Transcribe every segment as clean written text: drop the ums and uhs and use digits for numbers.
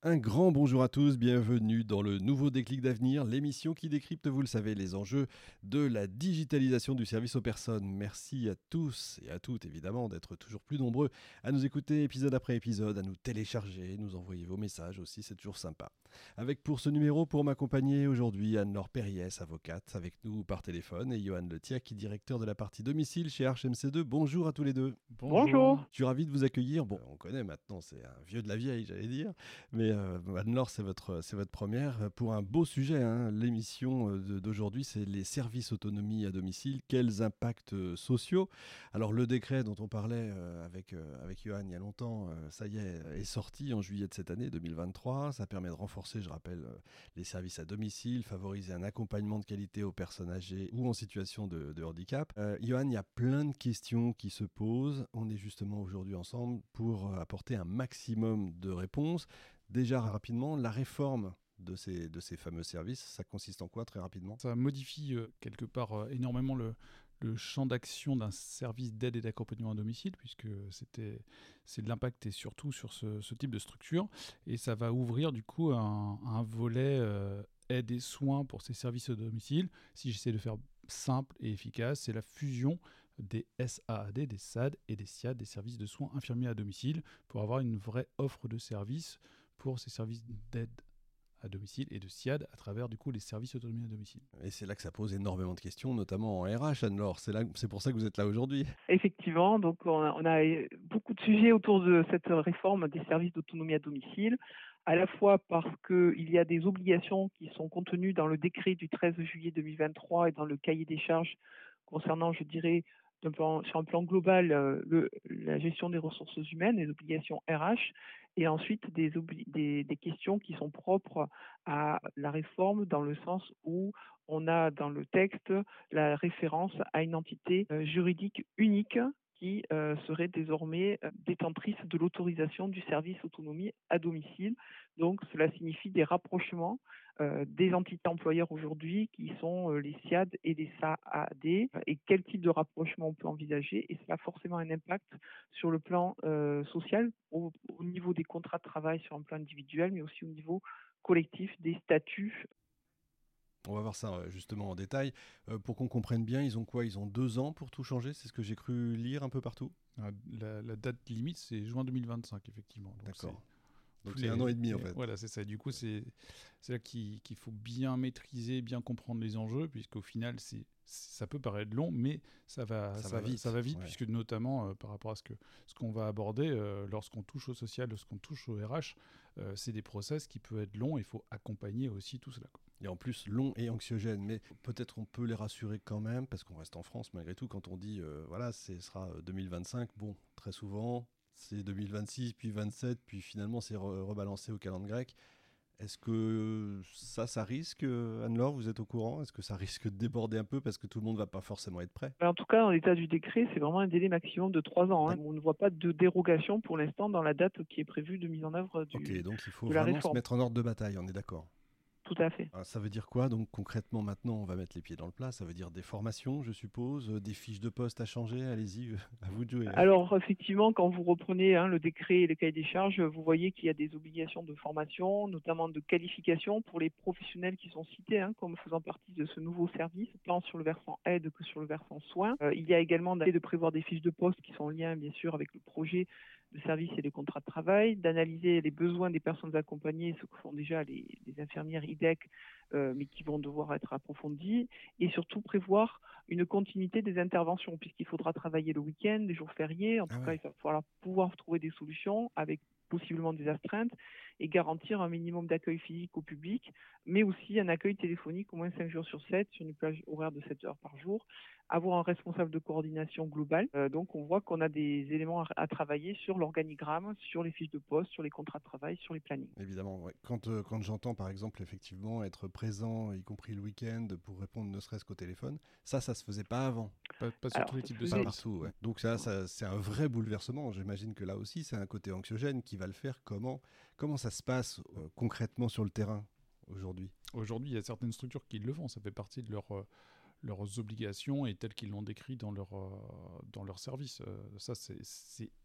Un grand bonjour à tous, bienvenue dans le nouveau Déclic d'avenir, l'émission qui décrypte, vous le savez, les enjeux de la digitalisation du service aux personnes. Merci à tous et à toutes, évidemment, d'être toujours plus nombreux à nous écouter épisode après épisode, à nous télécharger, nous envoyer vos messages aussi, c'est toujours sympa. Avec pour ce numéro, pour m'accompagner aujourd'hui, Anne-Laure Perriès, avocate, avec nous par téléphone, et Johan Letiak, directeur de la partie domicile chez HMC2. Bonjour à tous les deux. Bonjour. Je suis ravi de vous accueillir. Bon, on connaît maintenant, c'est un vieux de la vieille, j'allais dire. Mais Anne-Laure, c'est votre première pour un beau sujet. L'émission d'aujourd'hui, c'est les services autonomie à domicile. Quels impacts sociaux? Alors le décret dont on parlait avec Johan il y a longtemps, ça y est sorti en juillet de cette année 2023. Ça permet de renforcer, je rappelle, les services à domicile, favoriser un accompagnement de qualité aux personnes âgées ou en situation de handicap. Johan, il y a plein de questions qui se posent. On est justement aujourd'hui ensemble pour apporter un maximum de réponses. Déjà rapidement, la réforme de ces fameux services, ça consiste en quoi très rapidement? Ça modifie quelque part énormément le champ d'action d'un service d'aide et d'accompagnement à domicile, puisque c'est de l'impact et surtout sur ce type de structure. Et ça va ouvrir du coup un volet aide et soins pour ces services à domicile. Si j'essaie de faire simple et efficace, c'est la fusion des SAAD, des SAD et des SIAD, des services de soins infirmiers à domicile, pour avoir une vraie offre de services pour ces services d'aide à domicile et de SIAD à travers du coup les services autonomie à domicile. Et c'est là que ça pose énormément de questions, notamment en RH, Anne-Laure. C'est pour ça que vous êtes là aujourd'hui. Effectivement, donc on a beaucoup de sujets autour de cette réforme des services d'autonomie à domicile, à la fois parce qu'il y a des obligations qui sont contenues dans le décret du 13 juillet 2023 et dans le cahier des charges concernant, je dirais, sur un plan global, la gestion des ressources humaines, les obligations RH, et ensuite des questions qui sont propres à la réforme dans le sens où on a dans le texte la référence à une entité juridique unique qui serait désormais détentrice de l'autorisation du service autonomie à domicile. Donc cela signifie des rapprochements des entités employeurs aujourd'hui qui sont les SIAD et les SAAD, et quel type de rapprochement on peut envisager, et cela a forcément un impact sur le plan social, au niveau des contrats de travail sur un plan individuel, mais aussi au niveau collectif des statuts. On va voir ça justement en détail. Pour qu'on comprenne bien, ils ont quoi? Ils ont 2 ans pour tout changer? C'est ce que j'ai cru lire un peu partout. La date limite, c'est juin 2025, effectivement. Donc d'accord. Donc c'est 1 an et demi en fait. Voilà, c'est ça. Du coup, c'est là qu'il faut bien maîtriser, bien comprendre les enjeux, puisqu'au final, ça peut paraître long, mais ça va vite, ouais. Puisque notamment par rapport à ce qu'on va aborder, lorsqu'on touche au social, lorsqu'on touche au RH, c'est des process qui peuvent être longs et il faut accompagner aussi tout cela. Et en plus long et anxiogène, mais peut-être on peut les rassurer quand même, parce qu'on reste en France malgré tout, quand on dit voilà, ce sera 2025, bon, très souvent, c'est 2026, puis 27, puis finalement c'est rebalancé au calendrier grec. Est-ce que ça risque, Anne-Laure, vous êtes au courant? Est-ce que ça risque de déborder un peu parce que tout le monde ne va pas forcément être prêt? En tout cas, dans l'état du décret, c'est vraiment un délai maximum de 3 ans. On ne voit pas de dérogation pour l'instant dans la date qui est prévue de mise en œuvre Ok, donc il faut de la vraiment réforme. se mettre en ordre de bataille, on est d'accord. Tout à fait. Ça veut dire quoi? Donc concrètement maintenant, on va mettre les pieds dans le plat. Ça veut dire des formations, je suppose, des fiches de poste à changer. Allez-y, à vous de jouer. Alors effectivement, quand vous reprenez le décret et le cahier des charges, vous voyez qu'il y a des obligations de formation, notamment de qualification pour les professionnels qui sont cités comme faisant partie de ce nouveau service, tant sur le versant aide que sur le versant soins. Il y a également de prévoir des fiches de poste qui sont en lien bien sûr avec le projet de service et les contrats de travail, d'analyser les besoins des personnes accompagnées, ce que font déjà les infirmières IDEC, mais qui vont devoir être approfondis, et surtout prévoir une continuité des interventions, puisqu'il faudra travailler le week-end, les jours fériés. En tout cas, il va falloir pouvoir trouver des solutions avec possiblement des astreintes et garantir un minimum d'accueil physique au public, mais aussi un accueil téléphonique au moins 5 jours sur 7 sur une plage horaire de 7 heures par jour, avoir un responsable de coordination globale. Donc on voit qu'on a des éléments à travailler sur l'organigramme, sur les fiches de poste, sur les contrats de travail, sur les plannings. Évidemment, ouais. Quand j'entends par exemple effectivement être présent, y compris le week-end, pour répondre ne serait-ce qu'au téléphone, ça se faisait pas avant. Pas sur tous les types de Pas services. partout, ouais. Donc ça c'est un vrai bouleversement. J'imagine que là aussi c'est un côté anxiogène qui va le faire. Comment ça se passe concrètement sur le terrain aujourd'hui? Aujourd'hui, il y a certaines structures qui le font. Ça fait partie de leurs obligations et telles qu'ils l'ont décrit dans leur service. Ça, c'est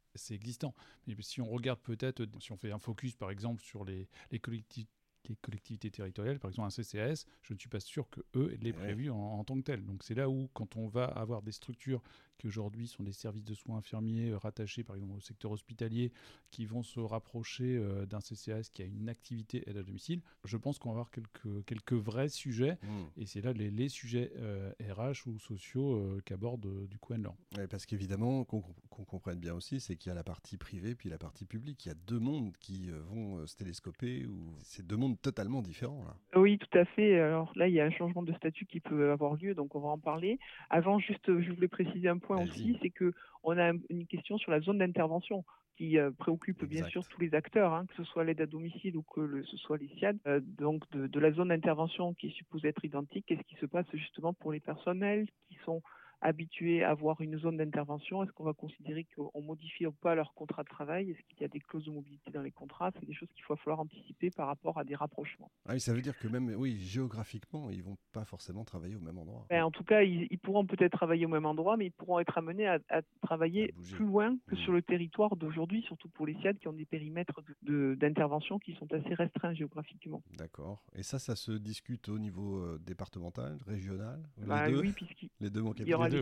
c'est existant. Mais si on regarde peut-être, si on fait un focus par exemple sur les collectivités territoriales, par exemple un CCAS, je ne suis pas sûr qu'eux l'aient prévu en tant que tel. Donc c'est là où, quand on va avoir des structures qui aujourd'hui sont des services de soins infirmiers rattachés par exemple au secteur hospitalier, qui vont se rapprocher d'un CCAS qui a une activité aide à domicile, je pense qu'on va avoir quelques vrais sujets. Et c'est là les sujets RH ou sociaux qu'aborde du coup Anne-Laure. Ouais, parce qu'évidemment, qu'on comprenne bien aussi, c'est qu'il y a la partie privée puis la partie publique. Il y a deux mondes qui vont se télescoper, ou c'est deux mondes totalement différents, là. Oui, tout à fait. Alors là, il y a un changement de statut qui peut avoir lieu, donc on va en parler. Avant, juste, je voulais préciser un point aussi, c'est qu'on a une question sur la zone d'intervention qui préoccupe bien sûr tous les acteurs, que ce soit l'aide à domicile ou que ce soit les SIAD. Donc de la zone d'intervention qui est supposée être identique, qu'est-ce qui se passe justement pour les personnels qui sont habitués à avoir une zone d'intervention? Est-ce qu'on va considérer qu'on modifie ou pas leur contrat de travail? Est-ce qu'il y a des clauses de mobilité dans les contrats? C'est des choses qu'il va falloir anticiper par rapport à des rapprochements. Ah oui, ça veut dire que même, géographiquement, ils ne vont pas forcément travailler au même endroit. En tout cas, ils pourront peut-être travailler au même endroit, mais ils pourront être amenés à travailler plus loin que sur le territoire d'aujourd'hui, surtout pour les SIAD qui ont des périmètres d'intervention qui sont assez restreints géographiquement. D'accord. Et ça se discute au niveau départemental, régional, Oui, puisqu'il les deux manquaient. Il y aura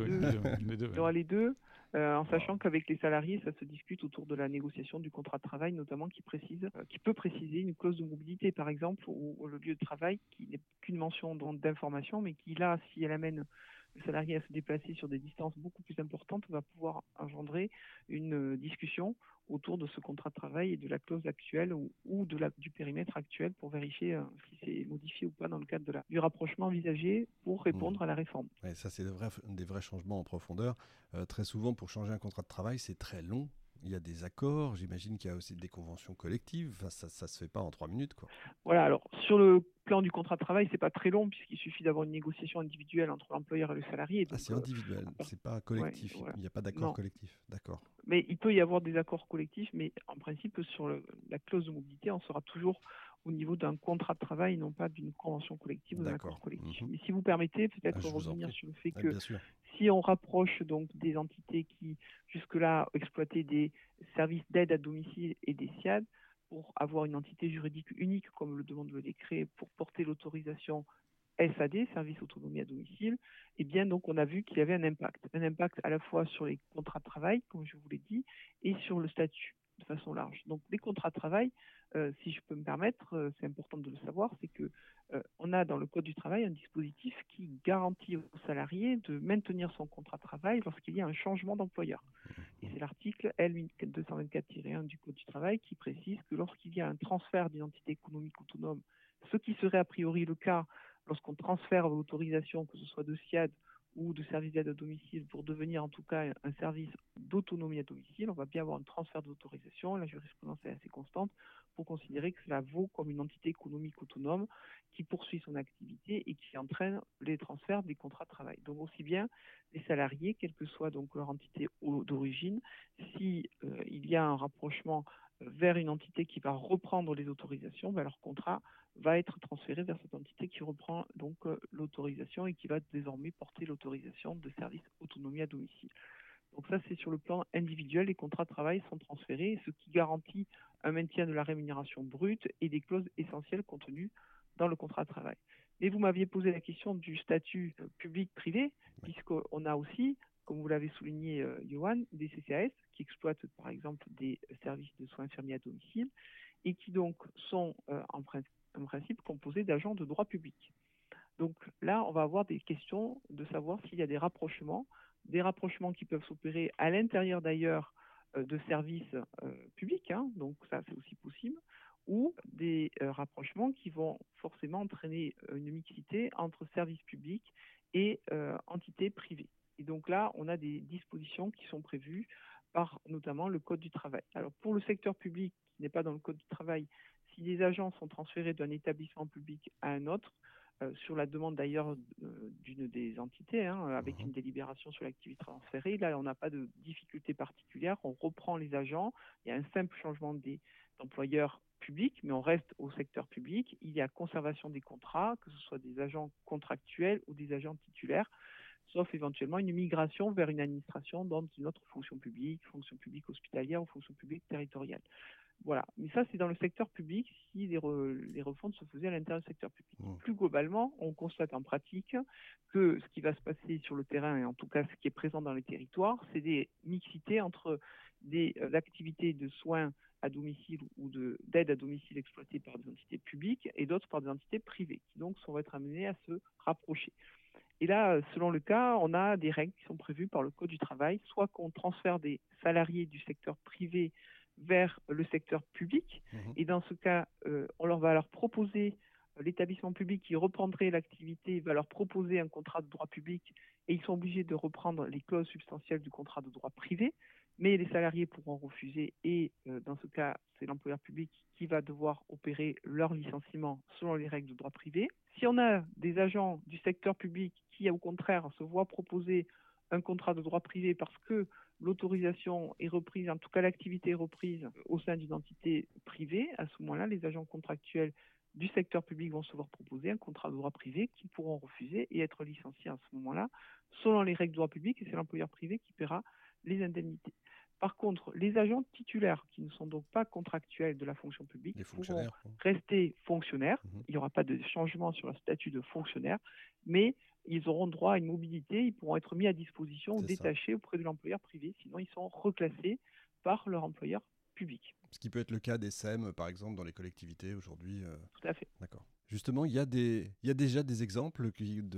les deux, en sachant qu'avec les salariés, ça se discute autour de la négociation du contrat de travail, notamment qui peut préciser une clause de mobilité, par exemple, ou le lieu de travail, qui n'est qu'une mention d'information, mais qui, là, si elle amène le salarié à se déplacer sur des distances beaucoup plus importantes, va pouvoir engendrer une discussion autour de ce contrat de travail et de la clause actuelle ou du périmètre actuel pour vérifier si c'est modifié ou pas dans le cadre du rapprochement envisagé pour répondre à la réforme. Ouais, ça, c'est des vrais changements en profondeur. Très souvent, pour changer un contrat de travail, c'est très long. Il y a des accords, j'imagine qu'il y a aussi des conventions collectives. Enfin, ça se fait pas en 3 minutes, quoi. Voilà, alors sur le plan du contrat de travail, c'est pas très long puisqu'il suffit d'avoir une négociation individuelle entre l'employeur et le salarié. Donc, c'est individuel, c'est pas collectif. Voilà. Il n'y a pas d'accord collectif, d'accord. Mais il peut y avoir des accords collectifs, mais en principe, sur la clause de mobilité, on sera toujours au niveau d'un contrat de travail, non pas d'une convention collective ou d'un accord collectif. Mais si vous permettez, peut-être revenir sur le fait que si on rapproche donc des entités qui jusque-là exploitaient des services d'aide à domicile et des SIAD, pour avoir une entité juridique unique, comme le demande le décret, pour porter l'autorisation SAD, service autonomie à domicile, et bien donc on a vu qu'il y avait un impact à la fois sur les contrats de travail, comme je vous l'ai dit, et sur le statut de façon large. Donc les contrats de travail, si je peux me permettre, c'est important de le savoir, c'est que on a dans le Code du travail un dispositif qui garantit aux salariés de maintenir son contrat de travail lorsqu'il y a un changement d'employeur. Et c'est l'article L224-1 du Code du travail qui précise que lorsqu'il y a un transfert d'identité économique autonome, ce qui serait a priori le cas lorsqu'on transfère l'autorisation, que ce soit de SIAD ou de service d'aide à domicile, pour devenir en tout cas un service d'autonomie à domicile, on va bien avoir un transfert d'autorisation. La jurisprudence est assez constante pour considérer que cela vaut comme une entité économique autonome qui poursuit son activité et qui entraîne les transferts des contrats de travail. Donc aussi bien les salariés, quelle que soit donc leur entité d'origine, si il y a un rapprochement vers une entité qui va reprendre les autorisations, leur contrat va être transféré vers cette entité qui reprend donc l'autorisation et qui va désormais porter l'autorisation de service autonomie à domicile. Donc ça, c'est sur le plan individuel, les contrats de travail sont transférés, ce qui garantit un maintien de la rémunération brute et des clauses essentielles contenues dans le contrat de travail. Mais vous m'aviez posé la question du statut public-privé, puisqu'on a aussi, comme vous l'avez souligné, Johan, des CCAS qui exploitent par exemple des services de soins infirmiers à domicile et qui donc sont en principe composés d'agents de droit public. Donc là, on va avoir des questions de savoir s'il y a des rapprochements qui peuvent s'opérer à l'intérieur d'ailleurs de services publics, donc ça c'est aussi possible, ou des rapprochements qui vont forcément entraîner une mixité entre services publics et entités privées. Et donc là, on a des dispositions qui sont prévues par notamment le Code du travail. Alors pour le secteur public qui n'est pas dans le Code du travail, si des agents sont transférés d'un établissement public à un autre, sur la demande d'ailleurs d'une des entités, avec une délibération sur l'activité transférée, là on n'a pas de difficulté particulière, on reprend les agents, il y a un simple changement d'employeur public, mais on reste au secteur public, il y a conservation des contrats, que ce soit des agents contractuels ou des agents titulaires. sauf éventuellement une migration vers une administration dans une autre fonction publique hospitalière ou fonction publique territoriale. Voilà. Mais ça, c'est dans le secteur public si les refontes se faisaient à l'intérieur du secteur public. Plus globalement, on constate en pratique que ce qui va se passer sur le terrain, et en tout cas ce qui est présent dans les territoires, c'est des mixités entre des activités de soins à domicile ou d'aide à domicile exploitées par des entités publiques et d'autres par des entités privées, qui donc vont être amenées à se rapprocher. Et là, selon le cas, on a des règles qui sont prévues par le Code du travail, soit qu'on transfère des salariés du secteur privé vers le secteur public. Et dans ce cas, va leur proposer, l'établissement public qui reprendrait l'activité va leur proposer un contrat de droit public et ils sont obligés de reprendre les clauses substantielles du contrat de droit privé. Mais les salariés pourront refuser et dans ce cas, c'est l'employeur public qui va devoir opérer leur licenciement selon les règles de droit privé. Si on a des agents du secteur public qui, au contraire, se voient proposer un contrat de droit privé parce que l'autorisation est reprise, en tout cas l'activité est reprise au sein d'une entité privée, à ce moment-là, les agents contractuels du secteur public vont se voir proposer un contrat de droit privé qu'ils pourront refuser et être licenciés à ce moment-là, selon les règles de droit public, et c'est l'employeur privé qui paiera les indemnités. Par contre, les agents titulaires, qui ne sont donc pas contractuels de la fonction publique, pourront rester fonctionnaires. Il n'y aura pas de changement sur leur statut de fonctionnaire, mais ils auront droit à une mobilité, ils pourront être mis à disposition ou détachés auprès de l'employeur privé, sinon ils sont reclassés par leur employeur public. Ce qui peut être le cas des SEM, par exemple, dans les collectivités aujourd'hui. Tout à fait. D'accord. Justement, il y a déjà des exemples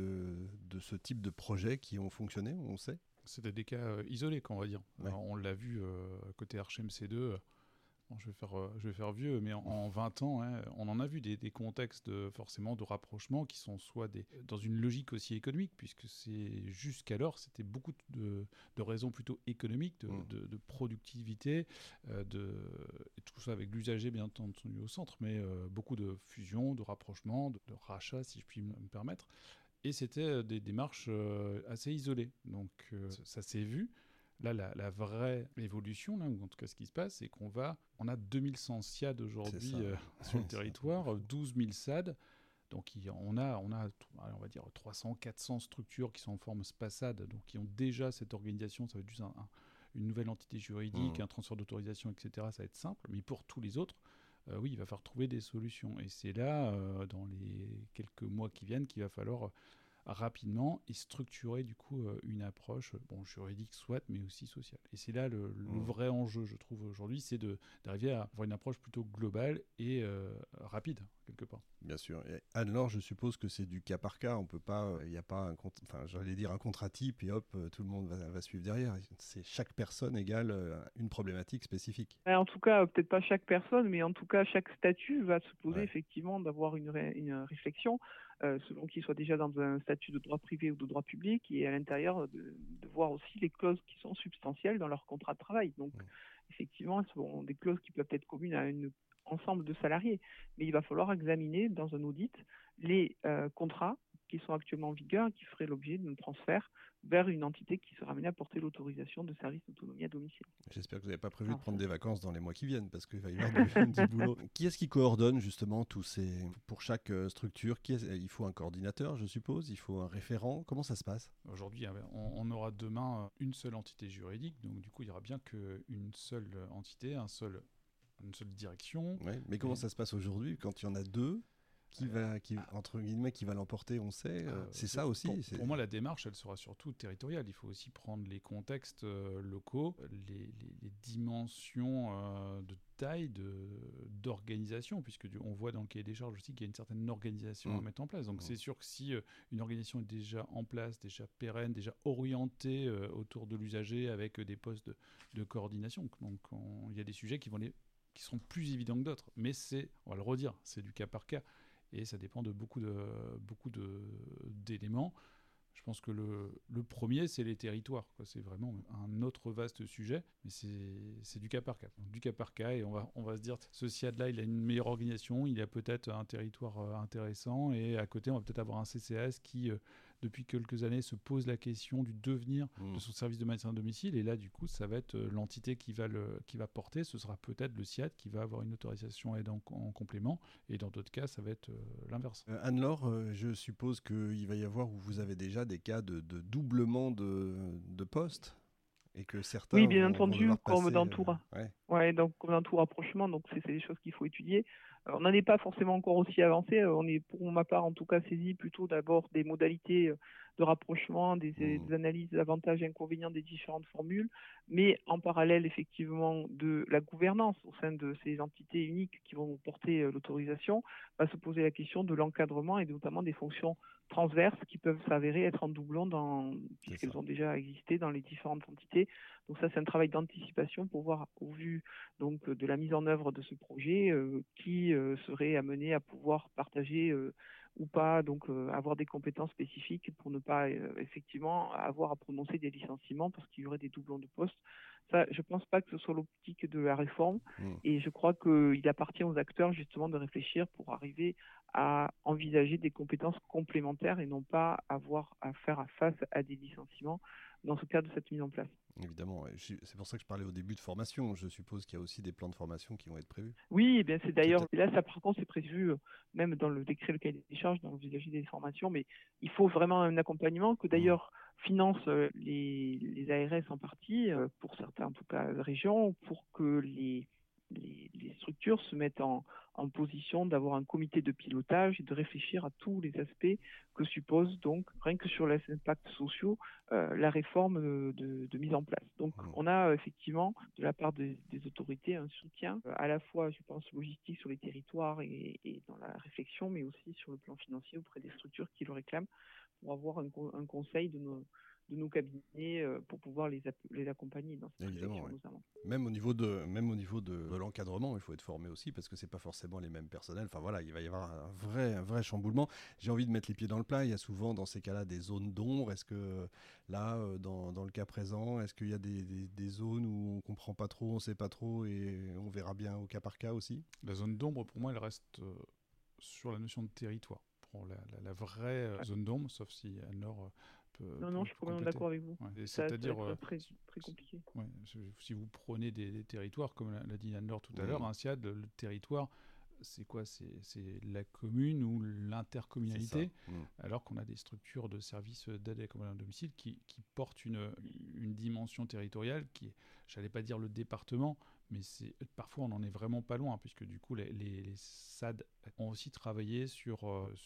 de ce type de projet qui ont fonctionné, on sait. C'était des cas isolés, on va dire. Ouais. Alors, on l'a vu côté HMC2. Je vais faire vieux, mais en 20 ans, on en a vu des contextes forcément de rapprochement qui sont soit dans une logique aussi économique, puisque jusqu'alors, c'était beaucoup de raisons plutôt économiques, de productivité, et tout ça avec l'usager bien entendu au centre, mais beaucoup de fusion, de rapprochement, de rachat, si je puis me permettre. Et c'était des démarches assez isolées. Donc ça s'est vu. Là, la vraie évolution, là, ou en tout cas ce qui se passe, c'est qu'on a 2100 SIAD aujourd'hui sur le territoire, 12 000 SAD. Donc on va dire 300, 400 structures qui sont en forme SPACAD, donc qui ont déjà cette organisation. Ça va être juste une nouvelle entité juridique, un transfert d'autorisation, etc. Ça va être simple. Mais pour tous les autres, oui, il va falloir trouver des solutions. Et c'est là, dans les quelques mois qui viennent, qu'il va falloir rapidement et structurer du coup une approche juridique soit, mais aussi sociale. Et c'est là le vrai enjeu, je trouve, aujourd'hui, c'est d'arriver à avoir une approche plutôt globale et rapide, quelque part. Bien sûr. Et Anne-Laure, je suppose que c'est du cas par cas. On peut pas, il n'y a pas un contrat type et hop, tout le monde va suivre derrière. C'est chaque personne égale une problématique spécifique. En tout cas, peut-être pas chaque personne, mais en tout cas, chaque statut va se poser effectivement d'avoir une réflexion, selon qu'il soit déjà dans un statut de droit privé ou de droit public, et à l'intérieur de voir aussi les clauses qui sont substantielles dans leur contrat de travail. Donc, effectivement, ce sont des clauses qui peuvent être communes à un ensemble de salariés, mais il va falloir examiner dans un audit les contrats qui sont actuellement en vigueur et qui feraient l'objet d'un transfert vers une entité qui sera amenée à porter l'autorisation de service d'autonomie à domicile. J'espère que vous n'avez pas prévu de prendre des vacances dans les mois qui viennent, parce qu'il va y avoir du boulot. Qui est-ce qui coordonne justement pour chaque structure? Il faut un coordinateur, je suppose, il faut un référent. Comment ça se passe? Aujourd'hui, on aura demain une seule entité juridique, donc du coup, il n'y aura bien qu'une seule entité, une seule direction. Ouais, mais comment ça se passe aujourd'hui quand il y en a deux? Qui va l'emporter, on sait. C'est ça aussi. Pour moi, la démarche, elle sera surtout territoriale. Il faut aussi prendre les contextes locaux, les dimensions de taille, d'organisation, puisque on voit dans le cahier des charges aussi qu'il y a une certaine organisation à mettre en place. Donc c'est sûr que si une organisation est déjà en place, déjà pérenne, déjà orientée autour de l'usager avec des postes de coordination, donc il y a des sujets qui seront plus évidents que d'autres. Mais on va le redire, c'est du cas par cas. Et ça dépend de beaucoup d'éléments. Je pense que le premier, c'est les territoires, quoi. C'est vraiment un autre vaste sujet, mais c'est du cas par cas. Donc, du cas par cas, et on va se dire, ce SIAD-là, il a une meilleure organisation, il a peut-être un territoire intéressant, et à côté, on va peut-être avoir un CCAS qui depuis quelques années, se pose la question du devenir de son service de maintien à domicile. Et là, du coup, ça va être l'entité qui va porter. Ce sera peut-être le SIAD qui va avoir une autorisation aide en complément. Et dans d'autres cas, ça va être l'inverse. Anne-Laure, je suppose qu'il va y avoir, où vous avez déjà des cas de doublement de postes et que certains Oui, bien vont entendu, devoir comme passer, dans tout, donc comme dans tout rapprochement, donc c'est des choses qu'il faut étudier. On n'en est pas forcément encore aussi avancé. On est, pour ma part, en tout cas, saisi plutôt d'abord des modalités de rapprochement, des analyses d'avantages et inconvénients des différentes formules, mais en parallèle, effectivement, de la gouvernance au sein de ces entités uniques qui vont porter l'autorisation, va se poser la question de l'encadrement et notamment des fonctions transverses qui peuvent s'avérer être en doublon puisqu'elles ont déjà existé dans les différentes entités. Donc ça, c'est un travail d'anticipation pour voir, au vu donc de la mise en œuvre de ce projet, qui serait amené à pouvoir partager ou pas, donc avoir des compétences spécifiques pour ne pas effectivement avoir à prononcer des licenciements parce qu'il y aurait des doublons de postes. Ça, je ne pense pas que ce soit l'optique de la réforme et je crois qu'il appartient aux acteurs justement de réfléchir pour arriver à envisager des compétences complémentaires et non pas avoir à faire face à des licenciements dans ce cadre de cette mise en place. Évidemment, c'est pour ça que je parlais au début de formation. Je suppose qu'il y a aussi des plans de formation qui vont être prévus. Oui, eh bien c'est d'ailleurs, là ça par contre c'est prévu même dans le décret, le cahier des charges, d'envisager des formations, mais il faut vraiment un accompagnement que d'ailleurs financent les ARS en partie, pour certains en tout cas régions, pour que les structures se mettent en position d'avoir un comité de pilotage et de réfléchir à tous les aspects que suppose donc, rien que sur les impacts sociaux, la réforme de mise en place. Donc on a effectivement de la part des autorités un soutien à la fois, je pense, logistique sur les territoires et dans la réflexion, mais aussi sur le plan financier auprès des structures qui le réclament pour avoir un conseil de nos cabinets pour pouvoir les accompagner dans cette réflexion notamment. Même au niveau de l'encadrement, il faut être formé aussi parce que c'est pas forcément les mêmes personnels. Enfin voilà, il va y avoir un vrai chamboulement. J'ai envie de mettre les pieds dans le plat. Il y a souvent dans ces cas-là des zones d'ombre. Est-ce que là, dans le cas présent, est-ce qu'il y a des zones où on comprend pas trop, on sait pas trop et on verra bien au cas par cas aussi? La zone d'ombre, pour moi, elle reste sur la notion de territoire. Pour la vraie zone d'ombre, sauf si Anne-Laure non, je suis complètement d'accord avec vous. Ouais. C'est-à-dire très compliqué. Ouais, si vous prenez des territoires, comme l'a dit Anne-Laure tout à l'heure, un SIAD, le territoire, c'est quoi? C'est la commune ou l'intercommunalité, alors qu'on a des structures de services d'aide à domicile qui portent une dimension territoriale qui, j'allais pas dire le département, mais parfois on n'en est vraiment pas loin, puisque du coup les SAD ont aussi travaillé sur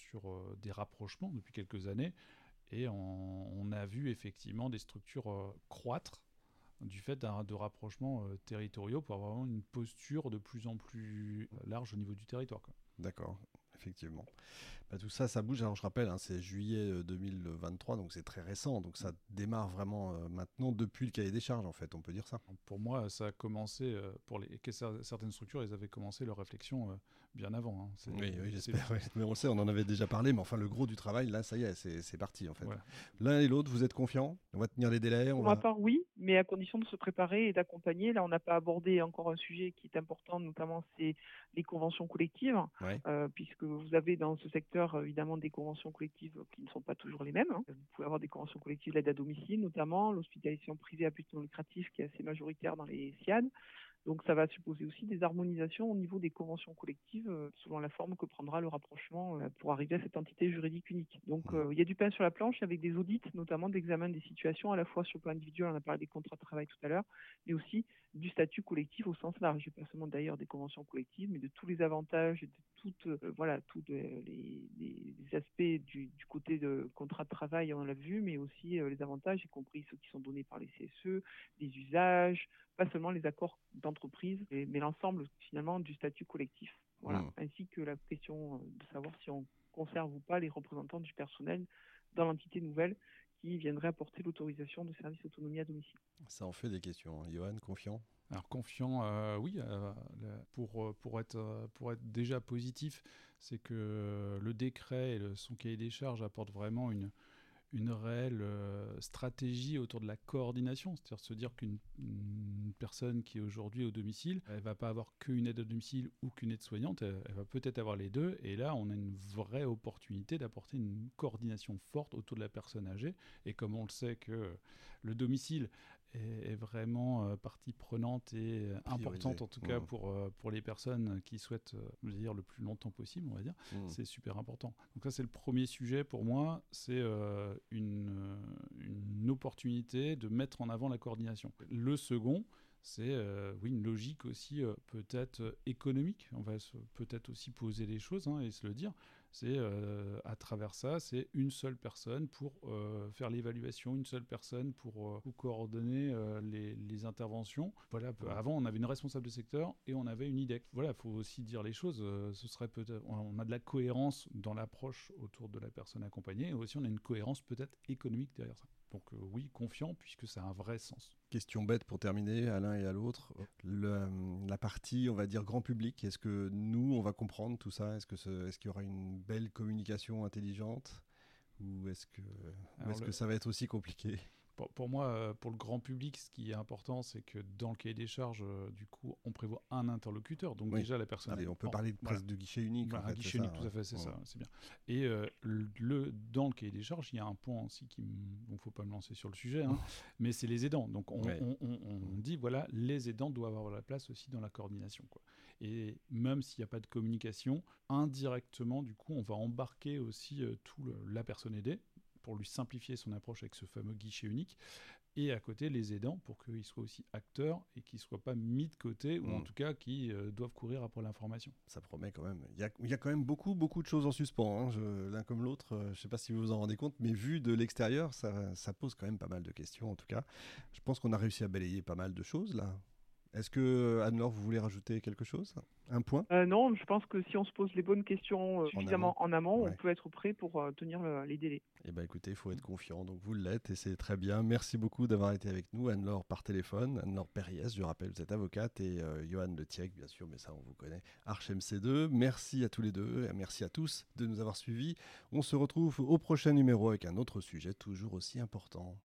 des rapprochements depuis quelques années. Et on a vu effectivement des structures croître du fait de rapprochements territoriaux pour avoir vraiment une posture de plus en plus large au niveau du territoire, quoi. D'accord, effectivement. Tout ça, ça bouge. Alors je rappelle, c'est juillet 2023, donc c'est très récent. Donc ça démarre vraiment maintenant depuis le cahier des charges, en fait, on peut dire ça. Pour moi, ça a commencé, certaines structures, elles avaient commencé leur réflexion bien avant. Oui, j'espère. Oui. Mais on le sait, on en avait déjà parlé, mais enfin le gros du travail, là, ça y est, c'est parti, en fait. Voilà. L'un et l'autre, vous êtes confiants? On va tenir les délais? Pour ma part, oui, mais à condition de se préparer et d'accompagner. Là, on n'a pas abordé encore un sujet qui est important, notamment c'est les conventions collectives, puisque vous avez dans ce secteur évidemment des conventions collectives qui ne sont pas toujours les mêmes. Vous pouvez avoir des conventions collectives d'aide à domicile, notamment l'hospitalisation privée à but non lucratif qui est assez majoritaire dans les SIAD. Donc ça va supposer aussi des harmonisations au niveau des conventions collectives selon la forme que prendra le rapprochement pour arriver à cette entité juridique unique. Donc il y a du pain sur la planche avec des audits, notamment d'examen des situations, à la fois sur le plan individuel, on a parlé des contrats de travail tout à l'heure, mais aussi du statut collectif au sens large, pas seulement d'ailleurs des conventions collectives, mais de tous les avantages, de tous les aspects du côté de contrat de travail, on l'a vu, mais aussi les avantages, y compris ceux qui sont donnés par les CSE, les usages, pas seulement les accords d'entreprise, mais l'ensemble finalement du statut collectif. Voilà. Ainsi que la question de savoir si on conserve ou pas les représentants du personnel dans l'entité nouvelle qui viendrait apporter l'autorisation de service autonomie à domicile. Ça en fait des questions. Johan, confiant? Alors confiant, oui, pour être déjà positif, c'est que le décret et son cahier des charges apportent vraiment une une réelle stratégie autour de la coordination, c'est-à-dire se dire qu'une personne qui est aujourd'hui au domicile, elle va pas avoir qu'une aide à domicile ou qu'une aide-soignante, elle va peut-être avoir les deux, et là on a une vraie opportunité d'apporter une coordination forte autour de la personne âgée, et comme on le sait que le domicile est vraiment partie prenante et importante en tout cas pour les personnes qui souhaitent dire le plus longtemps possible, on va dire. C'est super important. Donc ça, c'est le premier sujet pour moi, c'est une opportunité de mettre en avant la coordination. Le second, c'est une logique aussi peut-être économique. On va peut-être aussi poser les choses et se le dire. C'est à travers ça, c'est une seule personne pour faire l'évaluation, une seule personne pour coordonner les interventions. Voilà, avant, on avait une responsable de secteur et on avait une IDEC. Voilà, il faut aussi dire les choses. Ce serait peut-être, on a de la cohérence dans l'approche autour de la personne accompagnée, et aussi on a une cohérence peut-être économique derrière ça. Donc oui, confiant, puisque ça a un vrai sens. Question bête pour terminer, à l'un et à l'autre. La partie, on va dire, grand public, est-ce que nous, on va comprendre tout ça ? Est-ce qu'il y aura une belle communication intelligente ? Ou est-ce que ça va être aussi compliqué ? Pour moi, pour le grand public, ce qui est important, c'est que dans le cahier des charges, du coup, on prévoit un interlocuteur. Donc déjà, la personne... Allez, on peut parler presque de guichet unique. Voilà, un guichet unique, tout à fait, c'est ça, c'est bien. Et dans le cahier des charges, il y a un point aussi il ne faut pas me lancer sur le sujet, mais c'est les aidants. Donc on dit, voilà, les aidants doivent avoir la place aussi dans la coordination, quoi. Et même s'il n'y a pas de communication, indirectement, du coup, on va embarquer aussi la personne aidée, pour lui simplifier son approche avec ce fameux guichet unique, et à côté les aidants pour qu'ils soient aussi acteurs et qu'ils ne soient pas mis de côté, ou en tout cas qui doivent courir après l'information. Ça promet quand même. Il y a quand même beaucoup de choses en suspens, l'un comme l'autre. Je ne sais pas si vous vous en rendez compte, mais vu de l'extérieur, ça pose quand même pas mal de questions en tout cas. Je pense qu'on a réussi à balayer pas mal de choses là. Est-ce que, Anne-Laure, vous voulez rajouter quelque chose ? Un point ? Non, je pense que si on se pose les bonnes questions suffisamment en amont, on peut être prêt pour tenir les délais. Eh bien, écoutez, il faut être confiant, donc vous l'êtes et c'est très bien. Merci beaucoup d'avoir été avec nous, Anne-Laure, par téléphone. Anne-Laure Perriès, je rappelle, vous êtes avocate, et Johan Le Thiec, bien sûr, mais ça, on vous connaît, Arch MC2. Merci à tous les deux et merci à tous de nous avoir suivis. On se retrouve au prochain numéro avec un autre sujet toujours aussi important.